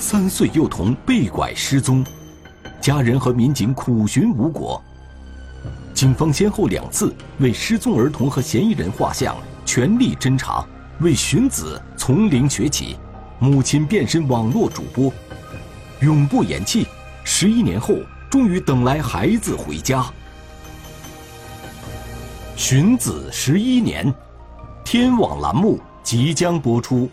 3岁幼童被拐失踪，家人和民警苦寻无果。警方先后2次为失踪儿童和嫌疑人画像，全力侦查，为寻子从零学起。母亲变身网络主播，永不言弃。11年后，终于等来孩子回家。寻子11年，天网栏目即将播出。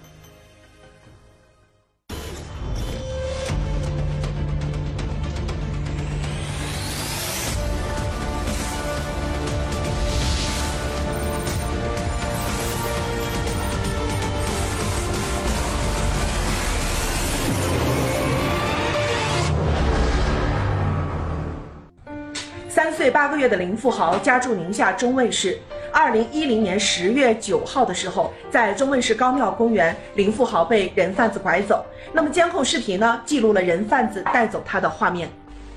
3岁8个月的林富豪家住宁夏中卫市。2010年10月9号的时候，在中卫市高庙公园，林富豪被人贩子拐走。那么监控视频呢，记录了人贩子带走他的画面。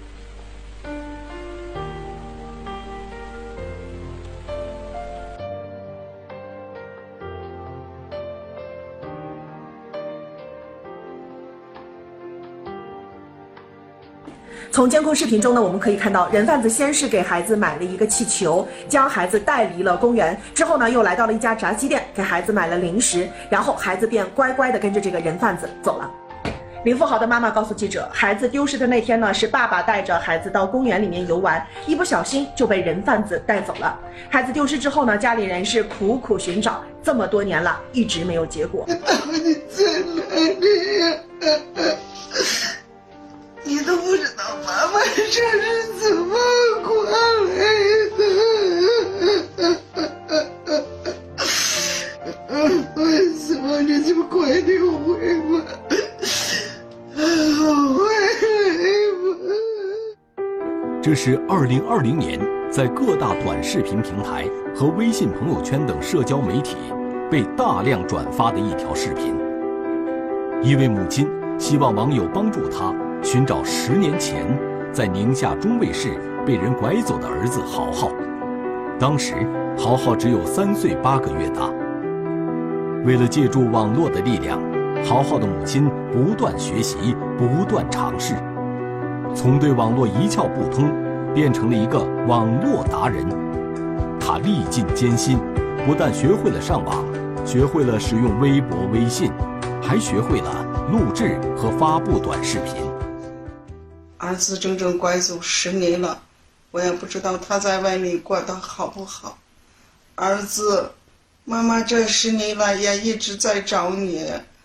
从监控视频中呢，我们可以看到，人贩子先是给孩子买了一个气球，将孩子带离了公园，之后呢，又来到了一家炸鸡店，给孩子买了零食，然后孩子便乖乖地跟着这个人贩子走了。林富豪的妈妈告诉记者，孩子丢失的那天呢，是爸爸带着孩子到公园里面游玩，一不小心就被人贩子带走了。孩子丢失之后呢，家里人是苦苦寻找，这么多年了，一直没有结果。 你在哪里呀？你都不知道妈妈这是怎么过来的？我希望这就快点回吧，回来吧。 这是2020年在各大短视频平台和微信朋友圈等社交媒体被大量转发的一条视频。一位母亲希望网友帮助她寻找10年前在宁夏中卫市被人拐走的儿子豪豪。当时豪豪只有3岁8个月大。为了借助网络的力量，豪豪的母亲不断学习，不断尝试，从对网络一窍不通变成了一个网络达人。他历尽艰辛，不但学会了上网，学会了使用微博微信，还学会了录制和发布短视频。 儿子整整拐走10年了，我也不知道他在外面过得好不好。儿子，妈妈这10年来也一直在找你。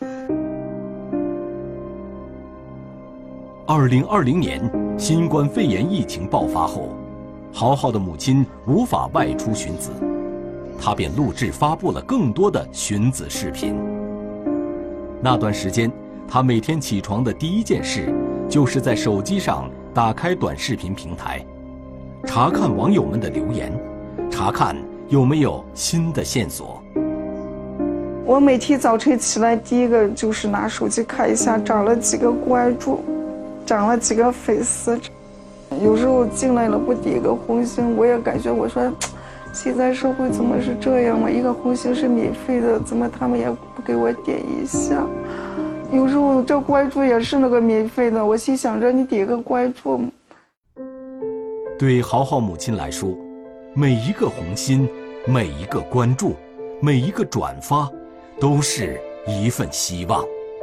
2020年新冠肺炎疫情爆发后，豪豪的母亲无法外出寻子，她便录制发布了更多的寻子视频。那段时间，她每天起床的第一件事就是在手机上打开短视频平台，查看网友们的留言，查看有没有新的线索。 我每天早晨起来，第一个就是拿手机看一下涨了几个关注，涨了几个粉丝。有时候进来了不点一个红心，我也感觉我说，现在社会怎么是这样嘛？一个红心是免费的，怎么他们也不给我点一下？有时候这关注也是那个免费的，我心想着你点个关注。 对豪豪母亲来说，每一个红心，每一个关注，每一个转发，都是一份希望。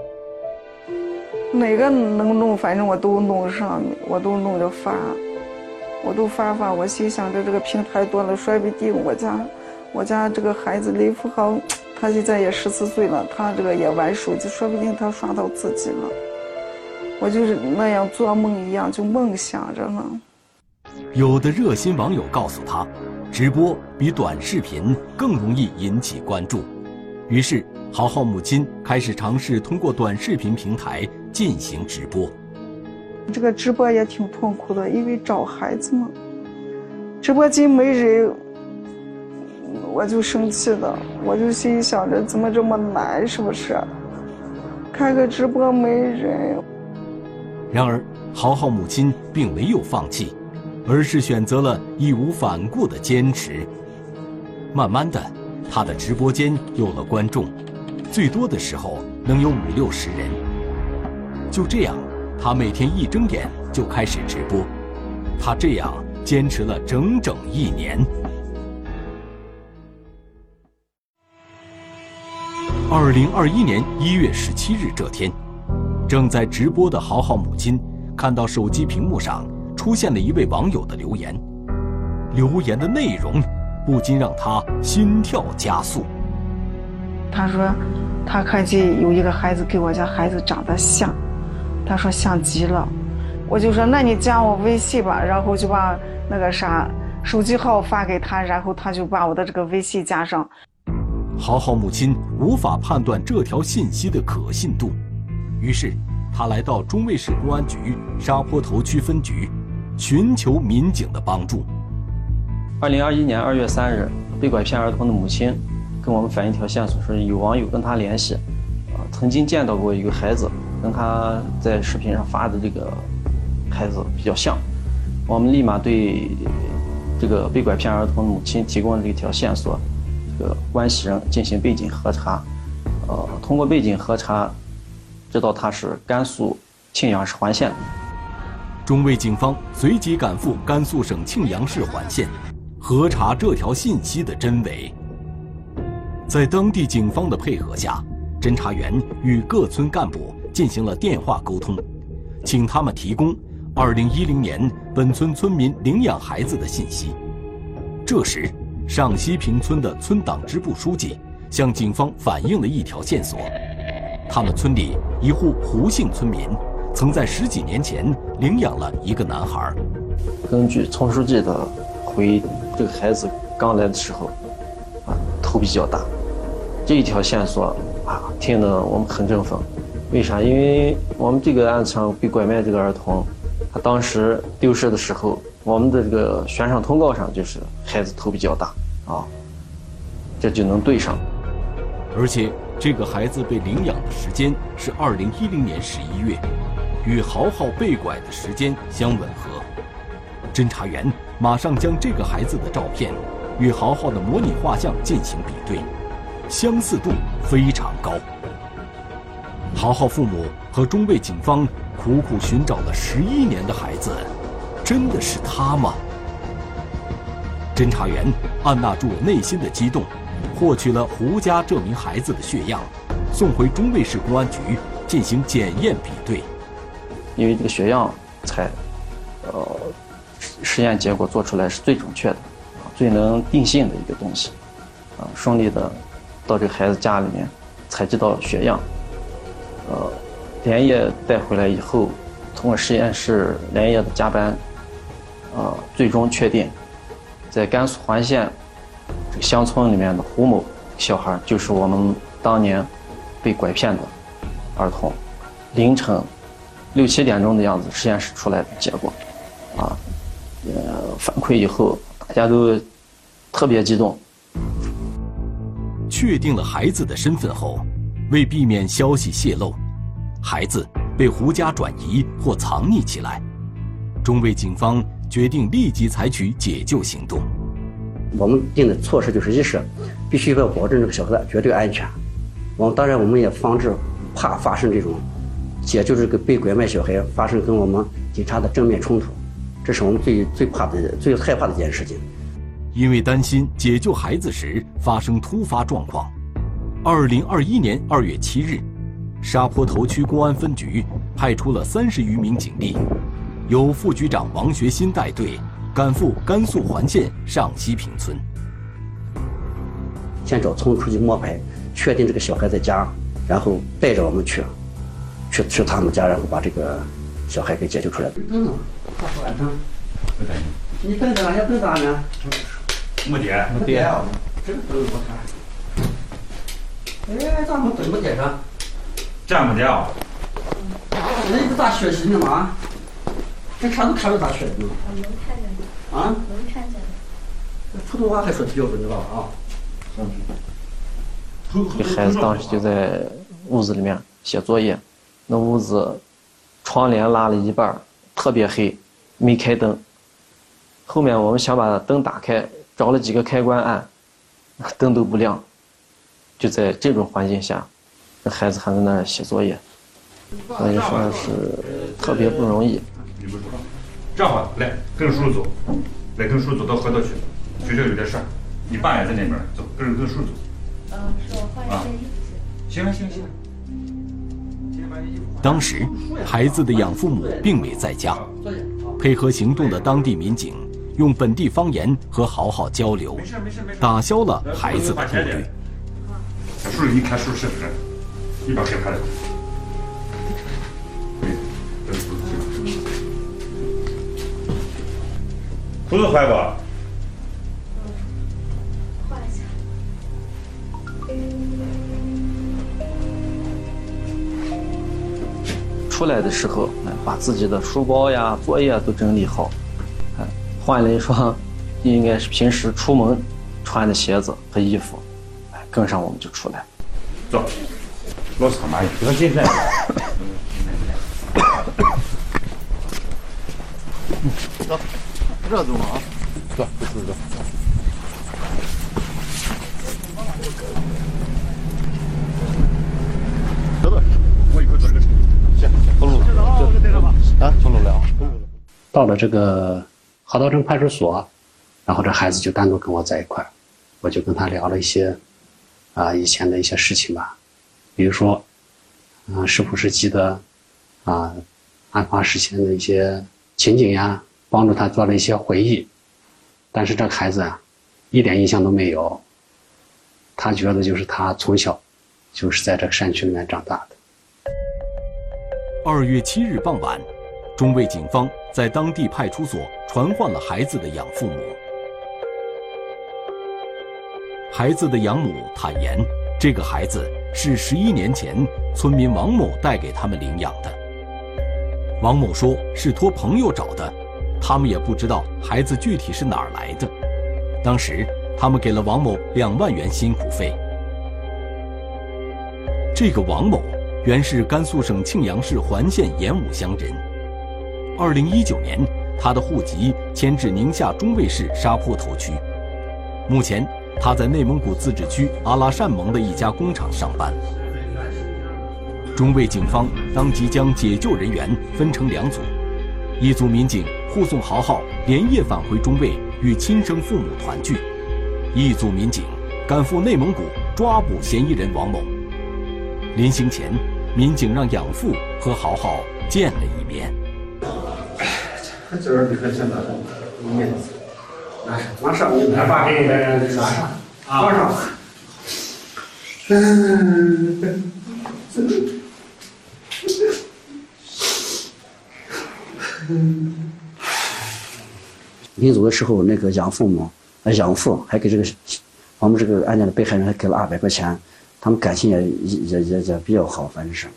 哪个能弄，反正我都弄上面，我都弄着发，我都发。我心想着这个平台多了，说不定我家这个孩子林富豪。他现在也14岁了，他这个也玩手机，说不定他刷到自己了。我就是那样做梦一样，就梦想着呢。 有的热心网友告诉他，直播比短视频更容易引起关注。于是，豪豪母亲开始尝试通过短视频平台进行直播。 这个直播也挺痛苦的，因为找孩子嘛，直播间没人。我就生气了，我就心想着怎么这么难，是不是？开个直播没人。 然而，豪豪母亲并没有放弃，而是选择了义无反顾的坚持。慢慢的，她的直播间有了观众，最多的时候能有50-60人。 就这样，他每天一睁眼就开始直播。他这样坚持了整整1年。2021年1月17日这天，正在直播的豪豪母亲看到手机屏幕上出现了一位网友的留言，留言的内容不禁让他心跳加速。 他说他看见有一个孩子跟我家孩子长得像，他说像极了。我就说那你加我微信吧，然后就把那个啥手机号发给他，然后他就把我的这个微信加上。 豪豪母亲无法判断这条信息的可信度，于是她来到中卫市公安局沙坡头区分局，寻求民警的帮助。 2021年2月3日，被拐骗儿童的母亲跟我们反映一条线索，说有网友跟她联系，曾经见到过一个孩子，跟她在视频上发的这个孩子比较像。我们立马对这个被拐骗儿童的母亲提供了这条线索，这个关系人进行背景核查。通过背景核查，知道他是甘肃庆阳市环县的。 中卫警方随即赶赴甘肃省庆阳市环县，核查这条信息的真伪。在当地警方的配合下，侦查员与各村干部进行了电话沟通，请他们提供2010年本村村民领养孩子的信息。这时，上西坪村的村党支部书记向警方反映了一条线索：他们村里一户胡姓村民曾在10几年前领养了一个男孩。 根据村书记的回忆，这个孩子刚来的时候，头比较大。这一条线索听得我们很振奋。为啥？因为我们这个案子上被拐卖这个儿童，他当时丢失的时候，我们的这个悬赏通告上就是孩子头比较大这就能对上。 而且这个孩子被领养的时间是2010年11月，与豪豪被拐的时间相吻合。侦查员马上将这个孩子的照片与豪豪的模拟画像进行比对，相似度非常高。豪豪父母和中卫警方苦苦寻找了11年的孩子，真的是他吗？侦查员按捺住了内心的激动，获取了胡家这名孩子的血样，送回中卫市公安局进行检验比对。 因为这个血样才实验结果做出来是最准确的，最能定性的一个东西。顺利的到这个孩子家里面采集到血样，连夜带回来以后，通过实验室连夜的加班，最终确定，在甘肃环县这个乡村里面的胡某小孩就是我们当年被拐骗的儿童。凌晨6、7点钟的样子，实验室出来的结果，反馈以后，大家都特别激动。 确定了孩子的身份后，为避免消息泄露，孩子被胡家转移或藏匿起来。中卫警方决定立即采取解救行动。 我们定的措施就是一是必须要保证这个小孩的绝对安全。当然我们也防止怕发生这种解救这个被拐卖小孩发生跟我们警察的正面冲突，这是我们最怕的、最害怕的一件事情。 因为担心解救孩子时发生突发状况，2021年2月7日，沙坡头区公安分局派出了30余名警力，由副局长王学新带队，赶赴甘肃环县上西坪村。 先找村书记摸排，确定这个小孩在家，然后带着我们去他们家，然后把这个小孩给解救出来。晚上，你等着，要等啥呢？ 没点， 这个都我看。哎，咋么没点上？ 这没点那你不咋学习呢吗？这看都看着咋学的呢？ 能看见。能看见。 普通话还说的标准，知道吧？ 这孩子当时就在屋子里面写作业，那屋子窗帘拉了一半，特别黑，没开灯。后面我们想把灯打开，找了几个开关按，灯都不亮。就在这种环境下，这孩子还在那儿写作业。 所以说是特别不容易。 这样吧，来跟着叔叔走，来跟叔叔走到河道去，学校有点事儿，你爸也在那边，走，跟叔叔走。 是我换一件衣服。 行了行了行了。 当时，孩子的养父母并未在家，配合行动的当地民警用本地方言和豪豪交流，打消了孩子的顾虑。 小叔叔，你看叔叔是不是？一把给拍的。裤子坏不？ 换一下。 出来的时候，把自己的书包呀、作业都整理好，换了一双应该是平时出门穿的鞋子和衣服，跟上我们就出来。 走，老长蚂蚁，不要进来。 走，这走啊，走，走。 我一会儿走这个车。行，走路。啊，走路了。 到了这个河道镇派出所，然后这孩子就单独跟我在一块儿，我就跟他聊了一些以前的一些事情吧，比如说是不是记得案发事前的一些情景呀，帮助他做了一些回忆。但是这个孩子一点印象都没有，他觉得就是他从小就是在这个山区里面长大的。 2月7日傍晚，中卫警方在当地派出所传唤了孩子的养父母。孩子的养母坦言，这个孩子是11年前村民王某带给他们领养的。王某说是托朋友找的，他们也不知道孩子具体是哪儿来的。当时他们给了王某2万元辛苦费。这个王某原是甘肃省庆阳市环县盐武乡人。2019年，他的户籍迁至宁夏中卫市沙坡头区。目前，他在内蒙古自治区阿拉善盟的一家工厂上班。中卫警方当即将解救人员分成2组，一组民警护送豪豪连夜返回中卫与亲生父母团聚，一组民警赶赴内蒙古抓捕嫌疑人王某。临行前，民警让养父和豪豪见了一面。 这儿你看现在面子，往上你来把这个拿上，往上。临走的时候，那个养父还给这个我们这个案件的被害人还给了200块钱，他们感情也比较好，反正是。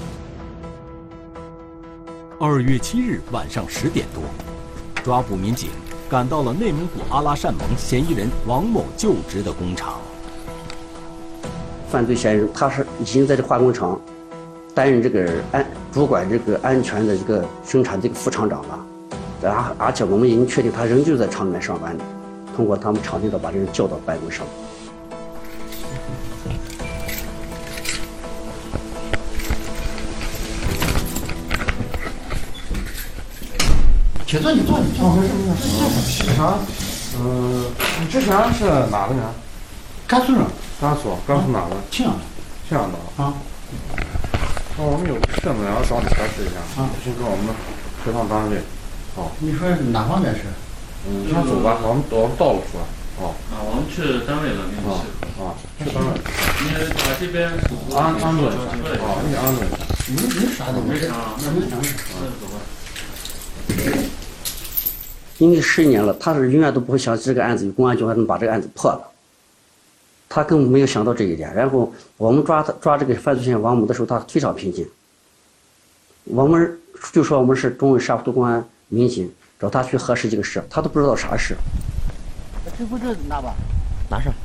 2月7日晚上10点多，抓捕民警赶到了内蒙古阿拉善盟嫌疑人王某就职的工厂。 犯罪嫌疑人他是已经在这化工厂担任这个主管这个安全的这个生产这个副厂长了，而且我们已经确定他仍旧在厂里面上班的，通过他们厂领导把这人叫到办公室上。 请坐，你坐。是啥？你之前是哪个人？甘肃人。甘肃哪个？庆阳的。啊。那我们有事情要找你核实一下。先跟我们回趟单位。好。你说哪方面事？先走吧，我们到了说。哦。 我们去单位了，没有事。 去单位。 你把这边安顿一下。你安顿一下。你啥都没事。 那走吧。 因为11年了，他是永远都不会想起这个案子，公安局还能把这个案子破了，他根本没有想到这一点。然后我们抓这个犯罪嫌疑人王某的时候，他非常平静。我们就说我们是中卫沙坡头公安民警，找他去核实这个事，他都不知道啥事。 身份证拿吧，拿上。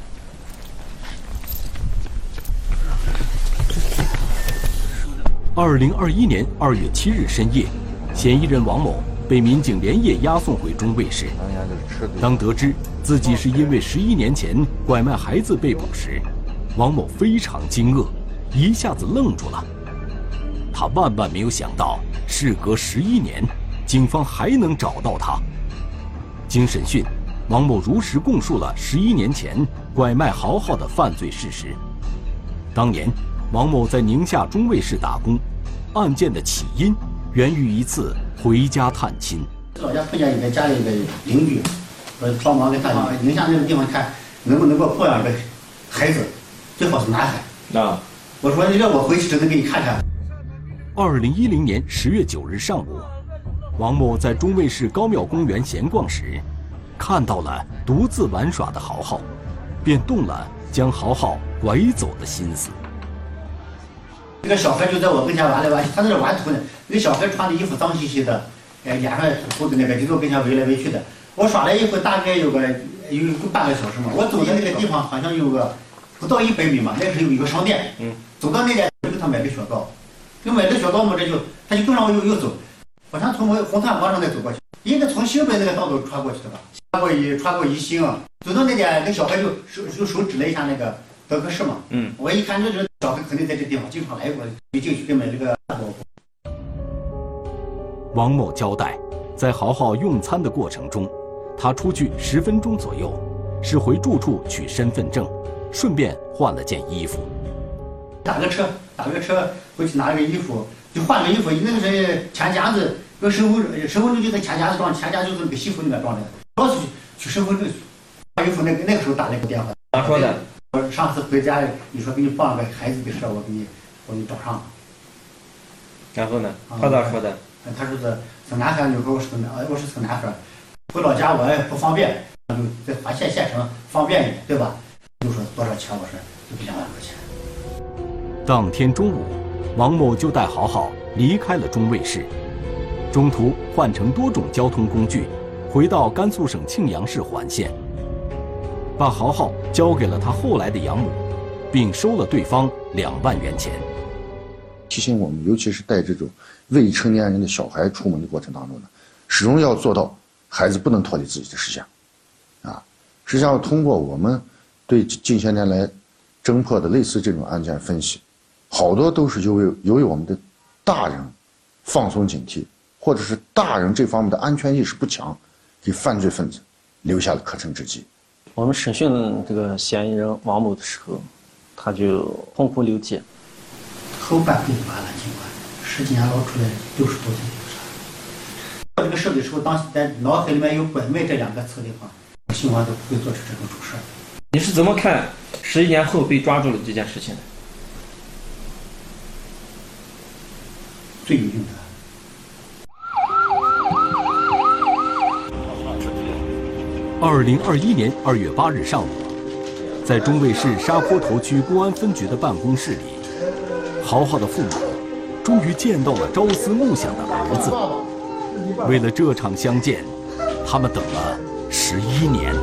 2021年2月7日深夜，嫌疑人王某被民警连夜押送回中卫市。当得知自己是因为11年前拐卖孩子被捕时，王某非常惊愕，一下子愣住了。 他万万没有想到，事隔11年，警方还能找到他。经审讯，王某如实供述了11年前拐卖豪豪的犯罪事实。当年，王某在宁夏中卫市打工，案件的起因源于一次回家探亲。 老家碰见一个家里一个邻居，说帮忙给他宁夏那个地方看能不能够抱养一个孩子，最好是男孩。我说你让我回去只能给你看看。 2010年10月9日上午，王某在中卫市高庙公园闲逛时，看到了独自玩耍的豪豪，便动了将豪豪拐走的心思。 这个小孩就在我跟前玩来玩去，他在这玩土呢。那个小孩穿的衣服脏兮兮的，脸上涂的那个，就在我跟前围来围去的。我耍了一会，大概有半个小时嘛。我走的那个地方好像有个不到100米嘛，那个时候有一个商店。走到那点就给他买个雪糕，就买个雪糕嘛，他就跟上我又走，好像从红炭广场再走过去，应该从西北那个道路穿过去的吧，穿过宜兴，走到那点，那小孩就手指了一下那个德克士嘛。我一看这小孩肯定在这地方经常来过，就进去给买了个大包。 王某交代，在豪豪用餐的过程中，他出去10分钟左右，是回住处取身份证，顺便换了件衣服。 打个车回去拿了个衣服，就换个衣服。那个是钱夹子，那身份证就在钱夹子装，钱夹就是那个西服里面装的。主要是取身份证，换衣服那个时候打了一个电话。 咋说的？ 我上次回家，你说给你放个孩子的事，我给你找上了。 然后呢？他咋说的？ 他说是男孩，你说我是个男孩，回老家我也不方便，就在华县县城方便你，对吧？就说多少钱？我说就2万块钱。 当天中午，王某就带豪豪离开了中卫市，中途换乘多种交通工具，回到甘肃省庆阳市环县，把豪豪交给了他后来的养母，并收了对方2万元钱。 提醒我们，尤其是带这种未成年人的小孩出门的过程当中呢，始终要做到孩子不能脱离自己的视线，实际上通过我们对近些年来侦破的类似这种案件分析，好多都是由于我们的大人放松警惕，或者是大人这方面的安全意识不强，给犯罪分子留下了可乘之机。 我们审讯这个嫌疑人王某的时候，他就痛哭流涕。 后半辈子完了，尽管10几年捞出来60多斤有啥？做这个事的时候，当时在脑海里面有拐卖这2个词的话，希望都不会做出这种出事。 你是怎么看11年后被抓住了这件事情的？ 最有用的。 2021年2月8日上午，在中卫市沙坡头区公安分局的办公室里，豪豪的父母终于见到了朝思暮想的儿子。为了这场相见，他们等了11年。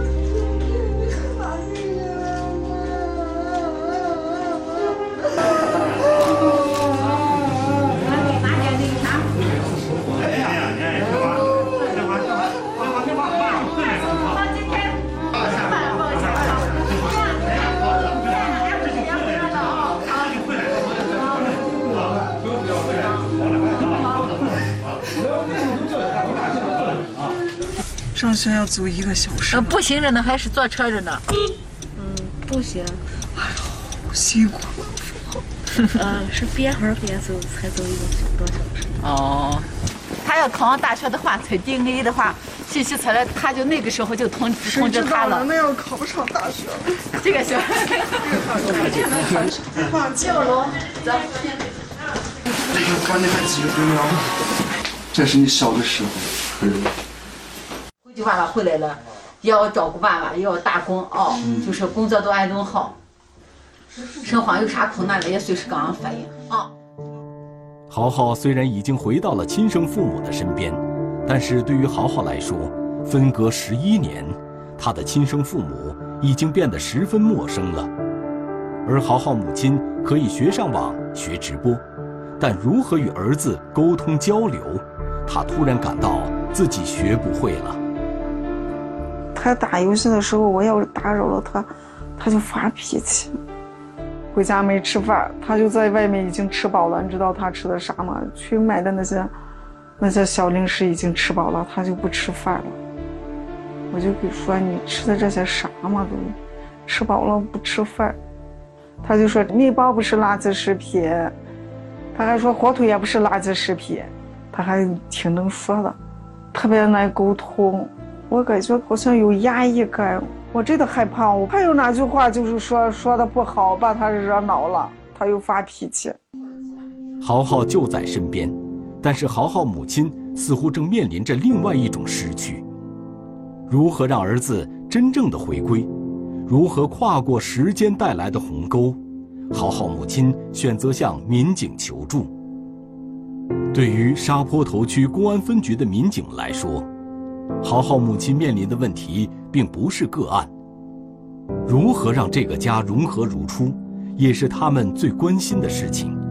上学要走1个小时。 步行着呢，还是坐车着呢？ 步行。 哎呦，好辛苦。 是边玩边走，才走1个多小时。 哦，他要考上大学的话，才定 A 的话，信息出来，他就那个时候就通知他了。 那要考不上大学了。 这个行。 放弃了。 走。 这个管你还记得了？这是你小的时候。 回去爸爸回来了，也要照顾爸爸，也要打工啊，就是工作都安顿好。生活有啥困难了，也随时刚刚反映啊。 豪豪虽然已经回到了亲生父母的身边，但是对于豪豪来说，分隔11年，他的亲生父母已经变得十分陌生了。而豪豪母亲可以学上网、学直播，但如何与儿子沟通交流，他突然感到自己学不会了。 他打游戏的时候，我要是打扰了他，他就发脾气。 回家没吃饭，他就在外面已经吃饱了。你知道他吃的啥吗？去买的那些小零食已经吃饱了，他就不吃饭了。我就给说你吃的这些啥嘛，都吃饱了不吃饭。他就说面包不是垃圾食品，他还说火腿也不是垃圾食品，他还挺能说的，特别难沟通。我感觉好像有压抑感，我真的害怕。我还有那句话就是说的不好，把他惹恼了，他又发脾气。 豪豪就在身边，但是豪豪母亲似乎正面临着另外一种失去。如何让儿子真正的回归？如何跨过时间带来的鸿沟？豪豪母亲选择向民警求助。对于沙坡头区公安分局的民警来说，豪豪母亲面临的问题并不是个案，如何让这个家融合如初，也是他们最关心的事情。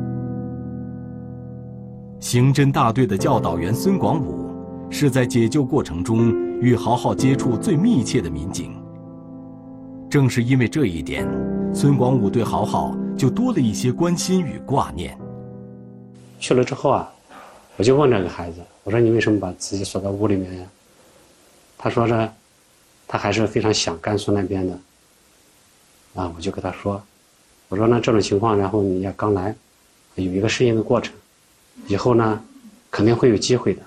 刑侦大队的教导员孙广武是在解救过程中与豪豪接触最密切的民警。正是因为这一点，孙广武对豪豪就多了一些关心与挂念。 去了之后啊，我就问这个孩子，我说你为什么把自己锁在屋里面呀？他说着，他还是非常想甘肃那边的。啊，我就跟他说，我说那这种情况，然后你也刚来，有一个适应的过程，以后呢，肯定会有机会的。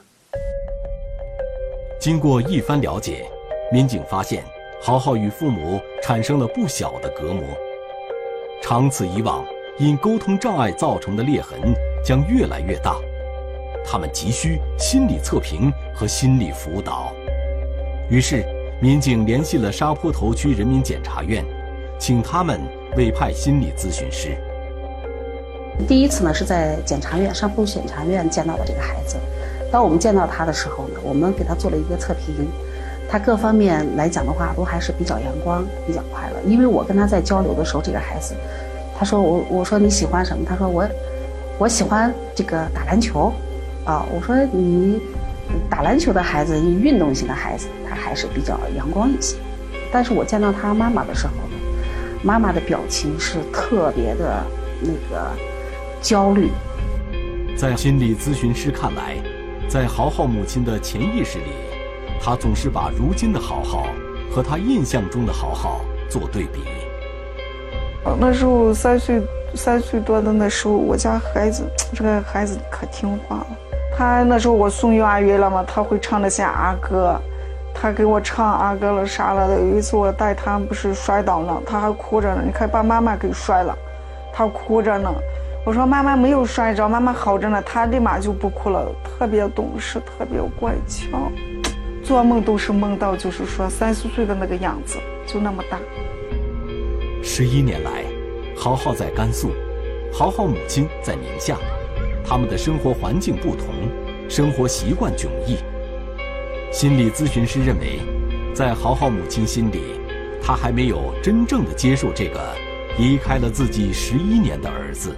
经过一番了解，民警发现豪豪与父母产生了不小的隔膜，长此以往，因沟通障碍造成的裂痕将越来越大。他们急需心理测评和心理辅导。于是，民警联系了沙坡头区人民检察院，请他们委派心理咨询师。 第一次呢是在检察院，沙坡检察院见到的这个孩子。当我们见到他的时候呢，我们给他做了一个测评，他各方面来讲的话都还是比较阳光、比较快乐。因为我跟他在交流的时候，这个孩子，他说我说你喜欢什么？他说我喜欢这个打篮球，啊，我说你打篮球的孩子，运动型的孩子，他还是比较阳光一些。但是我见到他妈妈的时候呢，妈妈的表情是特别的那个焦虑。 在心理咨询师看来，在豪豪母亲的潜意识里，她总是把如今的豪豪和她印象中的豪豪做对比。 那时候3岁多的那时候，我家孩子这个孩子可听话了。他那时候我送幼儿园了嘛，他会唱那些儿歌，他给我唱儿歌了啥了的。有一次我带他不是摔倒了，他还哭着呢，你看把妈妈给摔了，他哭着呢。我说妈妈没有摔着，妈妈好着呢，他立马就不哭了，特别懂事，特别乖巧，做梦都是梦到就是说30岁的那个样子，就那么大。 11年来，豪豪在甘肃，豪豪母亲在宁夏，他们的生活环境不同，生活习惯迥异。心理咨询师认为，在豪豪母亲心里，她还没有真正的接受这个离开了自己11年的儿子。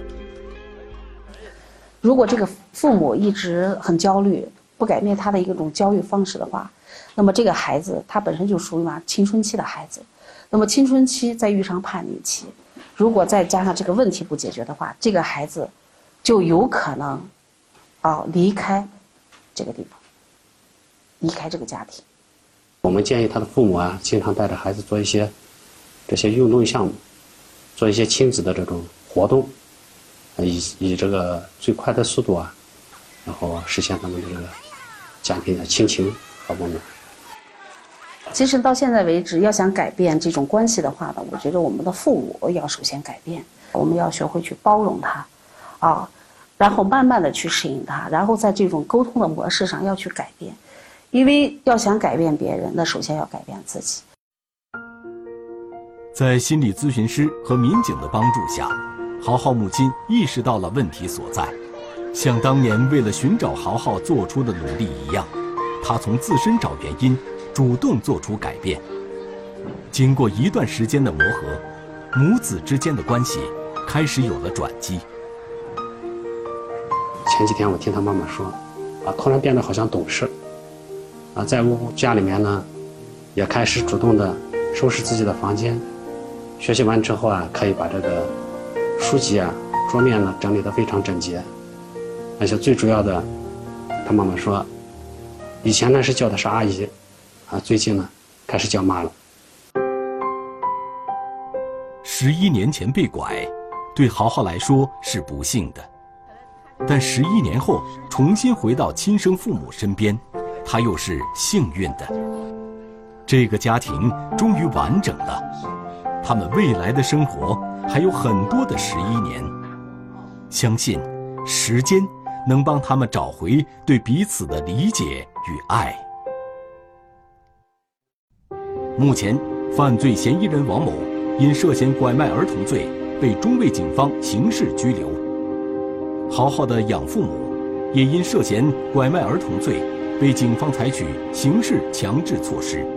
如果这个父母一直很焦虑，不改变他的一种焦虑方式的话，那么这个孩子他本身就属于青春期的孩子，那么青春期再遇上叛逆期，如果再加上这个问题不解决的话，这个孩子就有可能离开这个地方，离开这个家庭。 我们建议他的父母啊，经常带着孩子做一些这些运动项目，做一些亲子的这种活动，以这个最快的速度啊，然后实现他们的这个家庭的亲情和温暖。 其实到现在为止，要想改变这种关系的话呢，我觉得我们的父母要首先改变，我们要学会去包容他，然后慢慢的去适应他，然后在这种沟通的模式上要去改变，因为要想改变别人，那首先要改变自己。 在心理咨询师和民警的帮助下，豪豪母亲意识到了问题所在，像当年为了寻找豪豪做出的努力一样，她从自身找原因，主动做出改变。经过一段时间的磨合，母子之间的关系开始有了转机。 前几天我听他妈妈说，突然变得好像懂事，在家里面呢，也开始主动的收拾自己的房间。学习完之后可以把这个书籍啊、桌面呢整理得非常整洁，而且最主要的，他妈妈说，以前呢是叫的是阿姨，啊，最近呢开始叫妈了。 11年前被拐，对豪豪来说是不幸的，但11年后重新回到亲生父母身边，他又是幸运的。这个家庭终于完整了，他们未来的生活还有很多的11年，相信时间能帮他们找回对彼此的理解与爱。目前，犯罪嫌疑人王某因涉嫌拐卖儿童罪被中卫警方刑事拘留。豪豪的养父母也因涉嫌拐卖儿童罪被警方采取刑事强制措施。